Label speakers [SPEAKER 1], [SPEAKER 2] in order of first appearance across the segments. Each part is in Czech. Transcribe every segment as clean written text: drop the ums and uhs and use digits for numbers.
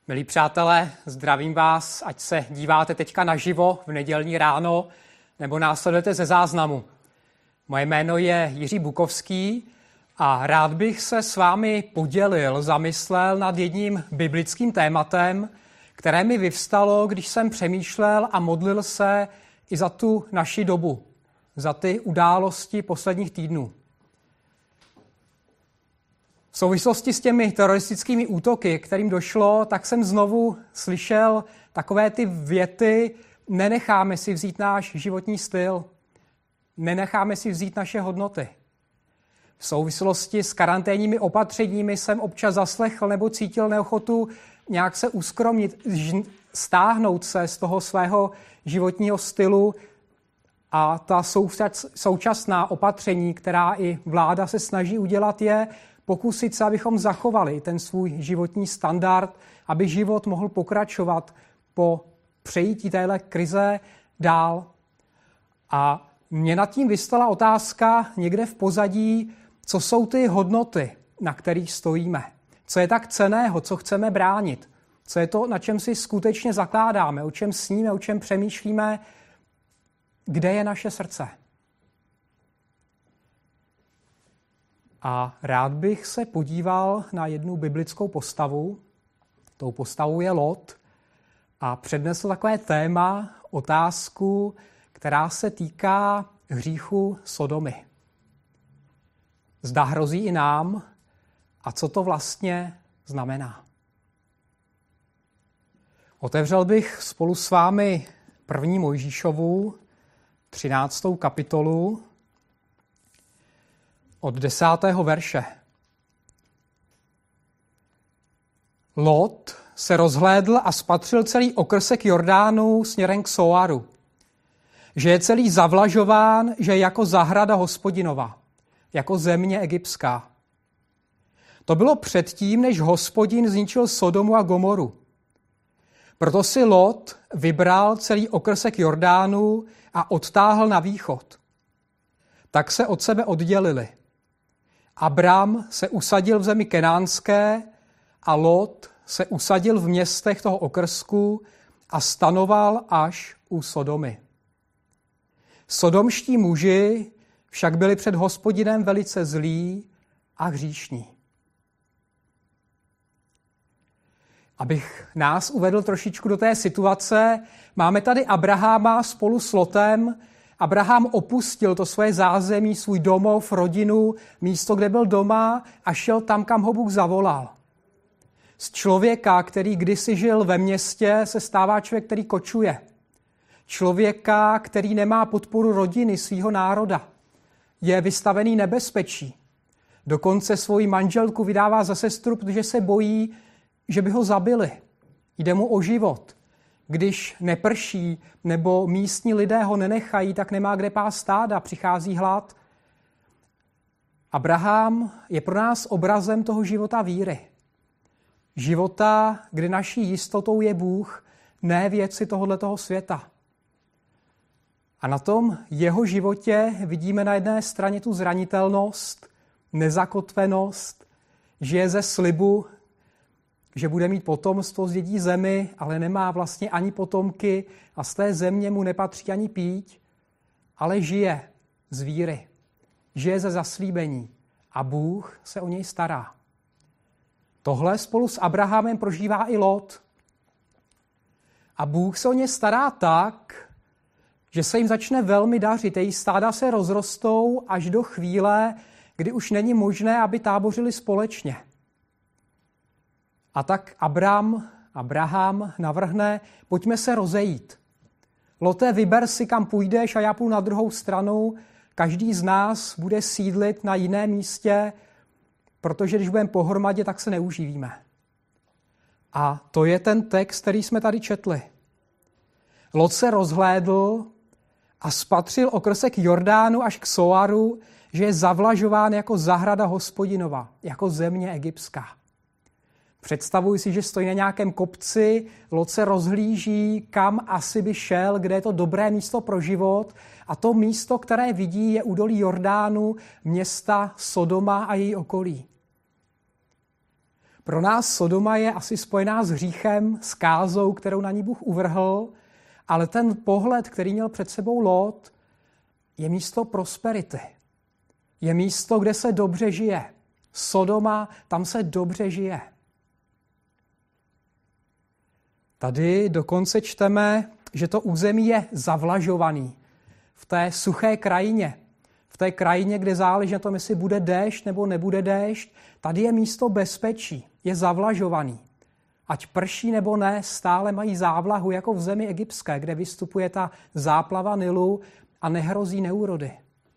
[SPEAKER 1] Milí přátelé, zdravím vás, ať se díváte teďka naživo v nedělní ráno nebo následujete ze záznamu. Moje jméno je Jiří Bukovský a rád bych se s vámi podělil, zamyslel nad jedním biblickým tématem, které mi vyvstalo, když jsem přemýšlel a modlil se i za tu naši dobu, za ty události posledních týdnů. V souvislosti s těmi teroristickými útoky, kterým došlo, tak jsem znovu slyšel takové ty věty: nenecháme si vzít náš životní styl, nenecháme si vzít naše hodnoty. V souvislosti s karanténními opatřeními jsem občas zaslechl nebo cítil neochotu nějak se uskromnit, stáhnout se z toho svého životního stylu a ta současná opatření, která i vláda se snaží udělat, je pokusit se, abychom zachovali ten svůj životní standard, aby život mohl pokračovat po přejítí téhle krize dál. A mě nad tím vystala otázka někde v pozadí, co jsou ty hodnoty, na kterých stojíme. Co je tak cenného, co chceme bránit. Co je to, na čem si skutečně zakládáme, o čem sníme, o čem přemýšlíme, kde je naše srdce. A rád bych se podíval na jednu biblickou postavu. Tou postavou je Lot a přednesl takové téma, otázku, která se týká hříchu Sodomy. Zda hrozí i nám a co to vlastně znamená. Otevřel bych spolu s vámi 1. Mojžíšovu 13. kapitolu od 10. verše. Lot se rozhlédl a spatřil celý okrsek Jordánu směrem k Soaru, že je celý zavlažován, že je jako zahrada Hospodinova, jako země egyptská. To bylo předtím, než Hospodin zničil Sodomu a Gomoru. Proto si Lot vybral celý okrsek Jordánu a odtáhl na východ. Tak se od sebe oddělili. Abram se usadil v zemi kenánské a Lot se usadil v městech toho okrsku a stanoval až u Sodomy. Sodomští muži však byli před Hospodinem velice zlí a hříšní. Abych nás uvedl trošičku do té situace, máme tady Abraháma spolu s Lotem. Abraham opustil to svoje zázemí, svůj domov, rodinu, místo, kde byl doma a šel tam, kam ho Bůh zavolal. Z člověka, který kdysi žil ve městě, se stává člověk, který kočuje. Člověka, který nemá podporu rodiny, svého národa. Je vystavený nebezpečí. Dokonce svoji manželku vydává za sestru, protože se bojí, že by ho zabili. Jde mu o život. Když neprší nebo místní lidé ho nenechají, tak nemá kde pást stáda, přichází hlad. Abraham je pro nás obrazem toho života víry. Života, kdy naší jistotou je Bůh, ne věci tohoto světa. A na tom jeho životě vidíme na jedné straně tu zranitelnost, nezakotvenost, žije ze slibu, že bude mít potomstvo, zdědí zemi, ale nemá vlastně ani potomky a z té země mu nepatří ani píť, ale žije z víry, žije ze zaslíbení a Bůh se o něj stará. Tohle spolu s Abrahamem prožívá i Lot. A Bůh se o ně stará tak, že se jim začne velmi dařit. Její stáda se rozrostou až do chvíle, kdy už není možné, aby tábořili společně. A tak Abraham navrhne, pojďme se rozejít. Lote, vyber si, kam půjdeš a já půjdu na druhou stranu. Každý z nás bude sídlit na jiném místě, protože když budeme pohromadě, tak se neuživíme. A to je ten text, který jsme tady četli. Lot se rozhlédl a spatřil okrsek Jordánu až k Soaru, že je zavlažován jako zahrada Hospodinova, jako země egyptská. Představuji si, že stojí na nějakém kopci, Lot se rozhlíží, kam asi by šel, kde je to dobré místo pro život. A to místo, které vidí, je údolí Jordánu, města Sodoma a její okolí. Pro nás Sodoma je asi spojená s hříchem, s kázou, kterou na ní Bůh uvrhl, ale ten pohled, který měl před sebou Lót, je místo prosperity. Je místo, kde se dobře žije. Sodoma, tam se dobře žije. Tady dokonce čteme, že to území je zavlažovaný. V té suché krajině, v té krajině, kde záleží na tom, jestli bude déšť nebo nebude déšť, tady je místo bezpečí, je zavlažovaný. Ať prší nebo ne, stále mají závlahu, jako v zemi egyptské, kde vystupuje ta záplava Nilu a nehrozí neúrody.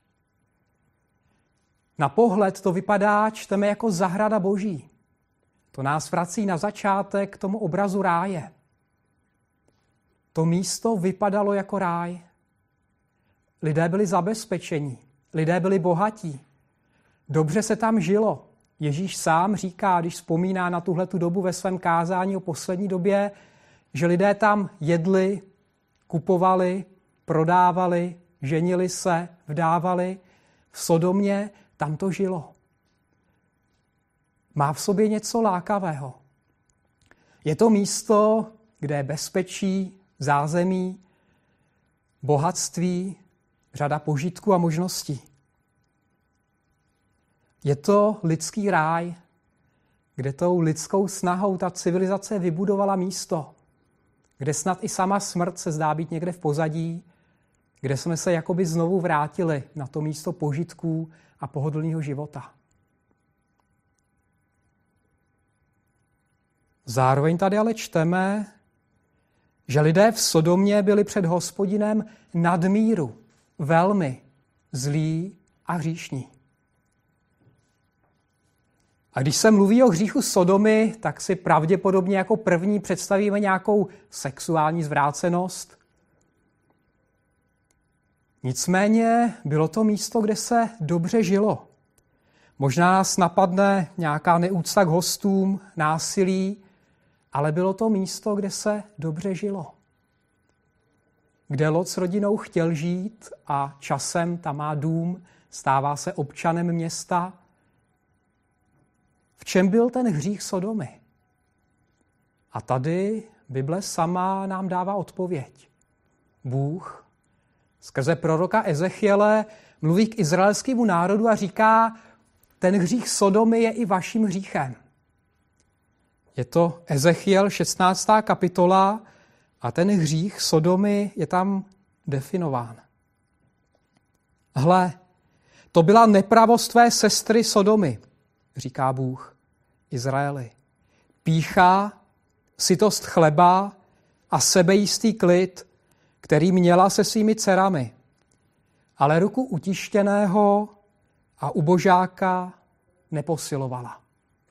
[SPEAKER 1] Na pohled to vypadá, čteme, jako zahrada Boží. To nás vrací na začátek k tomu obrazu ráje. To místo vypadalo jako ráj. Lidé byli zabezpečení, lidé byli bohatí. Dobře se tam žilo. Ježíš sám říká, když vzpomíná na tuhletu dobu ve svém kázání o poslední době, že lidé tam jedli, kupovali, prodávali, ženili se, vdávali. V Sodomě tam to žilo. Má v sobě něco lákavého. Je to místo, kde je bezpečí, zázemí, bohatství, řada požitků a možností. Je to lidský ráj, kde tou lidskou snahou ta civilizace vybudovala místo, kde snad i sama smrt se zdá být někde v pozadí, kde jsme se jakoby znovu vrátili na to místo požitků a pohodlného života. Zároveň tady ale čteme, že lidé v Sodomě byli před Hospodinem nadmíru, velmi zlí a hříšní. A když se mluví o hříchu Sodomy, tak si pravděpodobně jako první představíme nějakou sexuální zvrácenost. Nicméně bylo to místo, kde se dobře žilo. Možná nás napadne nějaká neúcta k hostům, násilí, ale bylo to místo, kde se dobře žilo. Kde Lot s rodinou chtěl žít a časem tam má dům, stává se občanem města. V čem byl ten hřích Sodomy? A tady Bible sama nám dává odpověď. Bůh skrze proroka Ezechiele mluví k izraelskému národu a říká, ten hřích Sodomy je i vaším hříchem. Je to Ezechiel 16. kapitola a ten hřích Sodomy je tam definován. Hle, to byla nepravost tvé sestry Sodomy, říká Bůh Izraeli. Pýcha, sytost chleba a sebejistý klid, který měla se svými dcerami, ale ruku utištěného a ubožáka neposilovala.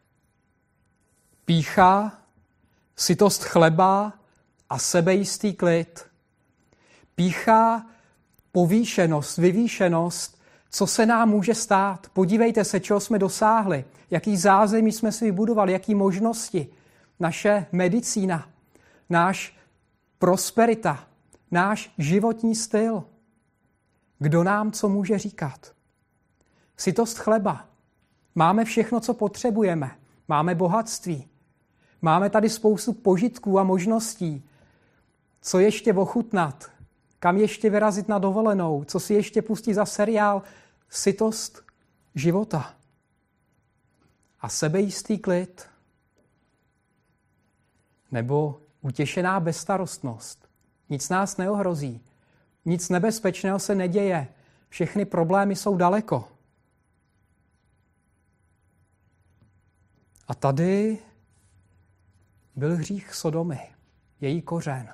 [SPEAKER 1] Pýcha, sytost chleba a sebejistý klid. Pýcha, povýšenost, vyvýšenost, co se nám může stát. Podívejte se, čeho jsme dosáhli, jaký zázemí jsme si vybudovali, jaký možnosti. Naše medicína, náš prosperita, náš životní styl. Kdo nám co může říkat? Sytost chleba. Máme všechno, co potřebujeme. Máme bohatství. Máme tady spoustu požitků a možností. Co ještě ochutnat? Kam ještě vyrazit na dovolenou? Co si ještě pustit za seriál? Sytost života. A sebejistý klid. Nebo utěšená bezstarostnost. Nic nás neohrozí. Nic nebezpečného se neděje. Všechny problémy jsou daleko. A tady byl hřích Sodomy, její kořen.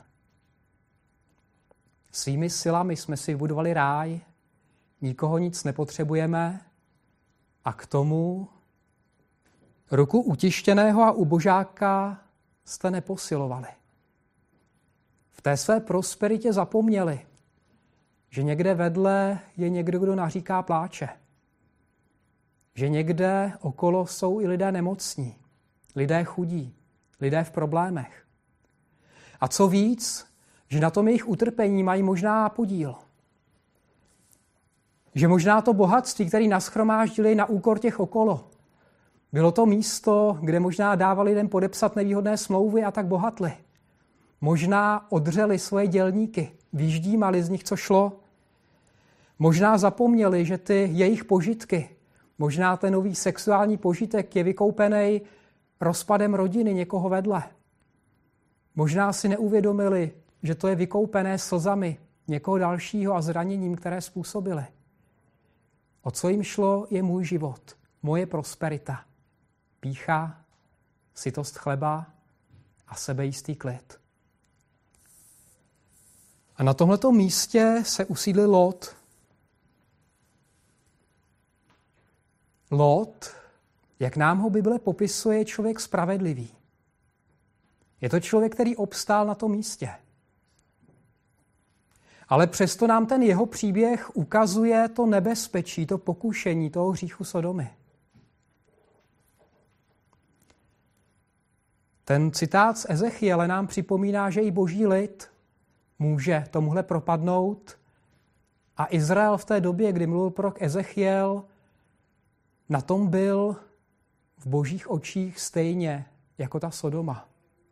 [SPEAKER 1] Svými silami jsme si vybudovali ráj, nikoho nic nepotřebujeme a k tomu ruku utištěného a ubožáka jste neposilovali. V té své prosperitě zapomněli, že někde vedle je někdo, kdo naříká pláče. Že někde okolo jsou i lidé nemocní, lidé chudí, lidé v problémech. A co víc, že na tom jejich utrpení mají možná podíl. Že možná to bohatství, které nashromáždili na úkor těch okolo, Bylo to místo, kde možná dávali lidem podepsat nevýhodné smlouvy a tak bohatli. Možná odřeli svoje dělníky, vyždímali z nich, co šlo. Možná zapomněli, že ty jejich požitky, možná ten nový sexuální požitek je vykoupený rozpadem rodiny někoho vedle. Možná si neuvědomili, že to je vykoupené slzami někoho dalšího a zraněním, které způsobili. O co jim šlo, je můj život, moje prosperita, pýcha, sytost chleba a sebejistý klid. A na tomhleto místě se usídlil Lot. Lot, jak nám ho Bible popisuje, je člověk spravedlivý. Je to člověk, který obstál na tom místě. Ale přesto nám ten jeho příběh ukazuje to nebezpečí, to pokušení toho hříchu Sodomy. Ten citát z Ezechiele nám připomíná, že i boží lid může tomuhle propadnout a Izrael v té době, kdy mluvil prorok Ezechiel, na tom byl v božích očích stejně jako ta Sodoma.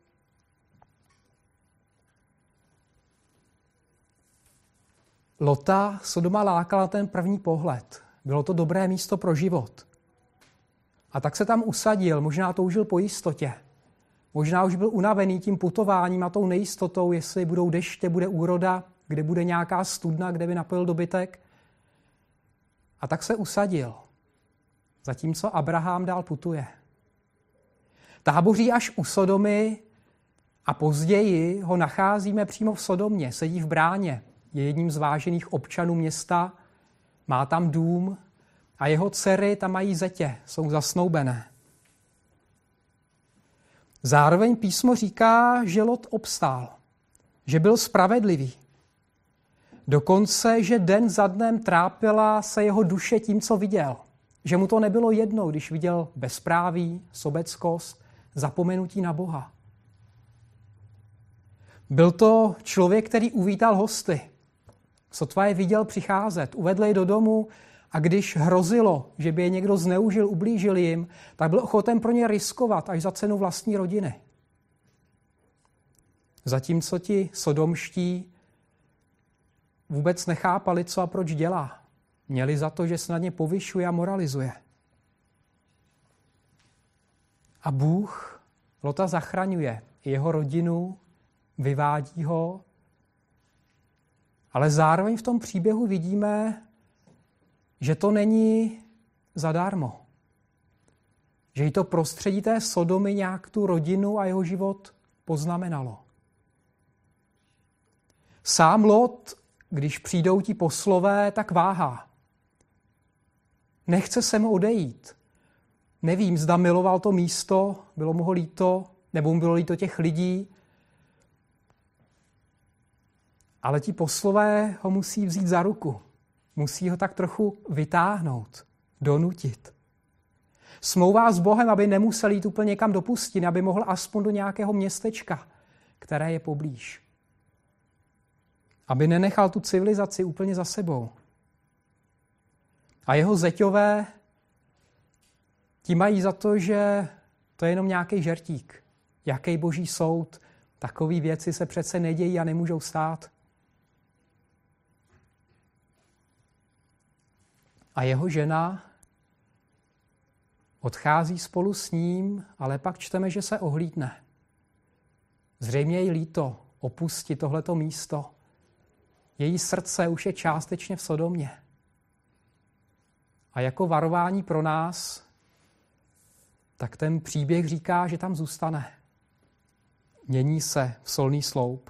[SPEAKER 1] Lota Sodoma lákala ten první pohled. Bylo to dobré místo pro život. A tak se tam usadil, možná toužil po jistotě. Možná už byl unavený tím putováním a tou nejistotou, jestli budou deště, bude úroda, kde bude nějaká studna, kde by napojil dobytek. A tak se usadil, zatímco Abraham dál putuje. Táboří až u Sodomy a později ho nacházíme přímo v Sodomě, sedí v bráně, je jedním z vážených občanů města, má tam dům a jeho dcery tam mají zetě, jsou zasnoubené. Zároveň písmo říká, že Lot obstál, že byl spravedlivý. Dokonce, že den za dnem trápila se jeho duše tím, co viděl. Že mu to nebylo jedno, když viděl bezpráví, sobeckost, zapomenutí na Boha. Byl to člověk, který uvítal hosty. Sotva je viděl přicházet, uvedl je do domu a když hrozilo, že by je někdo zneužil, ublížil jim, tak byl ochoten pro ně riskovat až za cenu vlastní rodiny. Zatímco ti sodomští vůbec nechápali, co a proč dělá. Měli za to, že se na ně povyšuje a moralizuje. A Bůh Lota zachraňuje jeho rodinu, vyvádí ho, ale zároveň v tom příběhu vidíme, že to není zadarmo. Že jí to prostředí té Sodomy nějak tu rodinu a jeho život poznamenalo. Sám Lot, když přijdou ti poslové, tak váhá. Nechce se mu odejít. Nevím, zda miloval to místo, bylo mu ho líto, nebo mu bylo líto těch lidí, ale ti poslové ho musí vzít za ruku. Musí ho tak trochu vytáhnout, donutit. Smlouvá s Bohem, aby nemusel jít úplně někam do pustiny, aby mohl aspoň do nějakého městečka, které je poblíž. Aby nenechal tu civilizaci úplně za sebou. A jeho zeťové, ti mají za to, že to je jenom nějaký žertík. Jaký boží soud, takové věci se přece nedějí a nemůžou stát. A jeho žena odchází spolu s ním, ale pak čteme, že se ohlídne. Zřejmě jí líto opustit tohleto místo. Její srdce už je částečně v Sodomě. A jako varování pro nás, tak ten příběh říká, že tam zůstane. Mění se v solný sloup.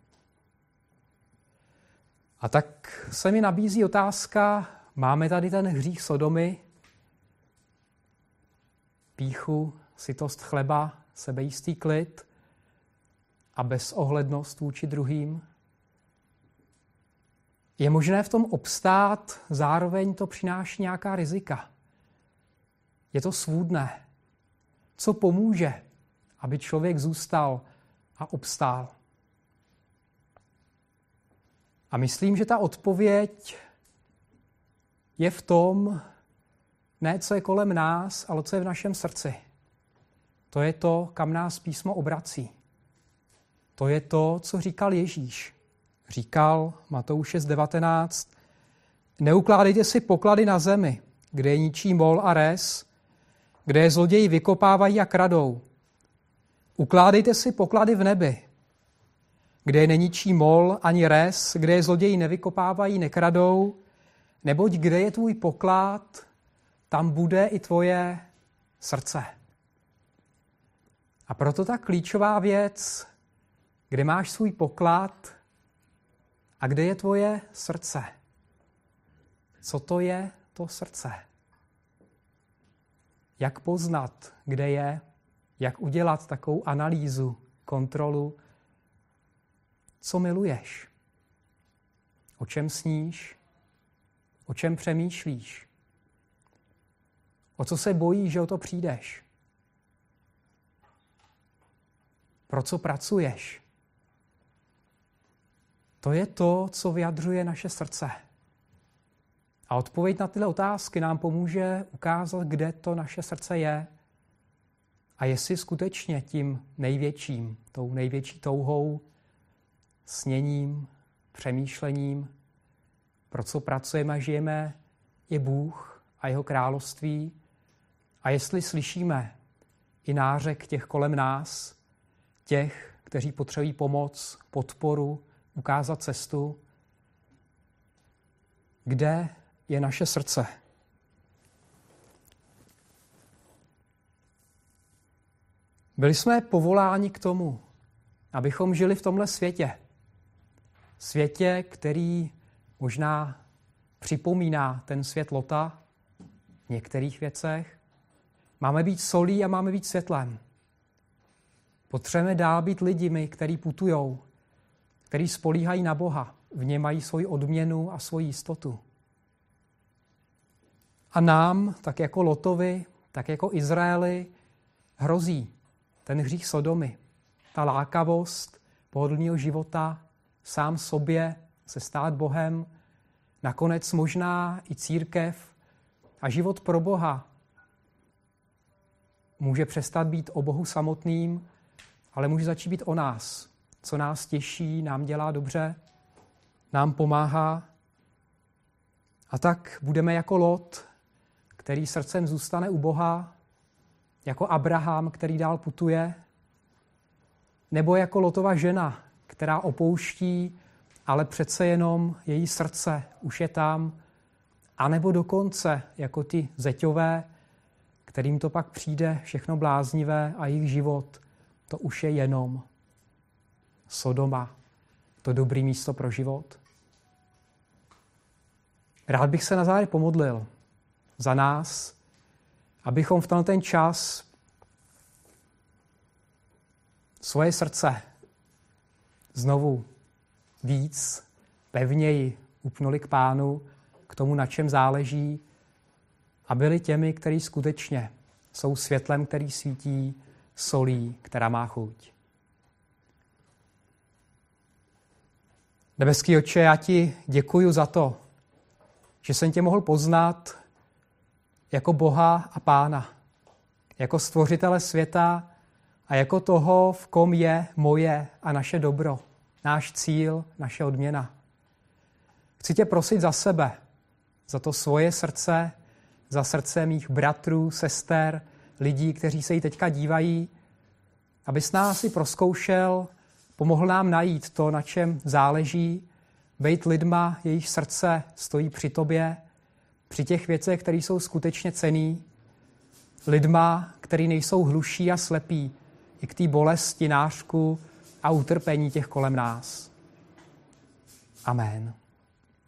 [SPEAKER 1] A tak se mi nabízí otázka, máme tady ten hřích Sodomy, pýchu, sytost chleba, sebejistý klid a bezohlednost vůči druhým. Je možné v tom obstát, zároveň to přináší nějaká rizika. Je to svůdné. Co pomůže, aby člověk zůstal a obstál? A myslím, že ta odpověď je v tom ne co je kolem nás, ale co je v našem srdci. To je to, kam nás písmo obrací. To je to, co říkal Ježíš. Říkal Matouše 6:19, neukládejte si poklady na zemi, kde je ničí mol a res, kde je zloději vykopávají a kradou. Ukládejte si poklady v nebi, kde je neničí mol ani res, kde je zloději nevykopávají, nekradou, neboť kde je tvůj poklad, tam bude i tvoje srdce. A proto ta klíčová věc, kde máš svůj poklad a kde je tvoje srdce. Co to je to srdce? Jak poznat, kde je, jak udělat takovou analýzu, kontrolu, co miluješ, o čem sníš, o čem přemýšlíš, o co se bojíš, že o to přijdeš, pro co pracuješ. To je to, co vyjadřuje naše srdce. A odpověď na tyhle otázky nám pomůže ukázat, kde to naše srdce je a jestli skutečně tím největším, tou největší touhou, sněním, přemýšlením, pro co pracujeme a žijeme, je Bůh a jeho království. A jestli slyšíme i nářek těch kolem nás, těch, kteří potřebují pomoc, podporu, ukázat cestu, kde je naše srdce. Byli jsme povoláni k tomu, abychom žili v tomhle světě. Světě, který možná připomíná ten svět Lota v některých věcech. Máme být solí a máme být světlem. Potřebujeme dál být lidmi, kteří putujou, kteří spolíhají na Boha. V něm mají svoji odměnu a svoji jistotu. A nám, tak jako Lotovi, tak jako Izraeli, hrozí ten hřích Sodomy, ta lákavost pohodlného života, sám sobě se stát Bohem, nakonec možná i církev a život pro Boha může přestat být o Bohu samotným, ale může začít být o nás, co nás těší, nám dělá dobře, nám pomáhá. A tak budeme jako Lot, který srdcem zůstane u Boha, jako Abraham, který dál putuje, nebo jako Lotova žena, která opouští, ale přece jenom její srdce už je tam, anebo dokonce jako ty zeťové, kterým to pak přijde všechno bláznivé a jejich život, to už je jenom Sodoma, to dobrý místo pro život. Rád bych se na závěr pomodlil za nás, abychom v ten čas svoje srdce znovu víc, pevněji upnuli k Pánu, k tomu, na čem záleží, a byli těmi, kteří skutečně jsou světlem, který svítí, solí, která má chuť. Nebeský Otče, já ti děkuju za to, že jsem tě mohl poznat jako Boha a Pána, jako stvořitele světa a jako toho, v kom je moje a naše dobro, náš cíl, naše odměna. Chci tě prosit za sebe, za to svoje srdce, za srdce mých bratrů, sester, lidí, kteří se jí teďka dívají, abys nás i prozkoušel, pomohl nám najít to, na čem záleží, být lidma, jejich srdce stojí při tobě, při těch věcech, které jsou skutečně cenný, lidma, který nejsou hluší a slepí i k té bolesti, nářku a utrpení těch kolem nás. Amen.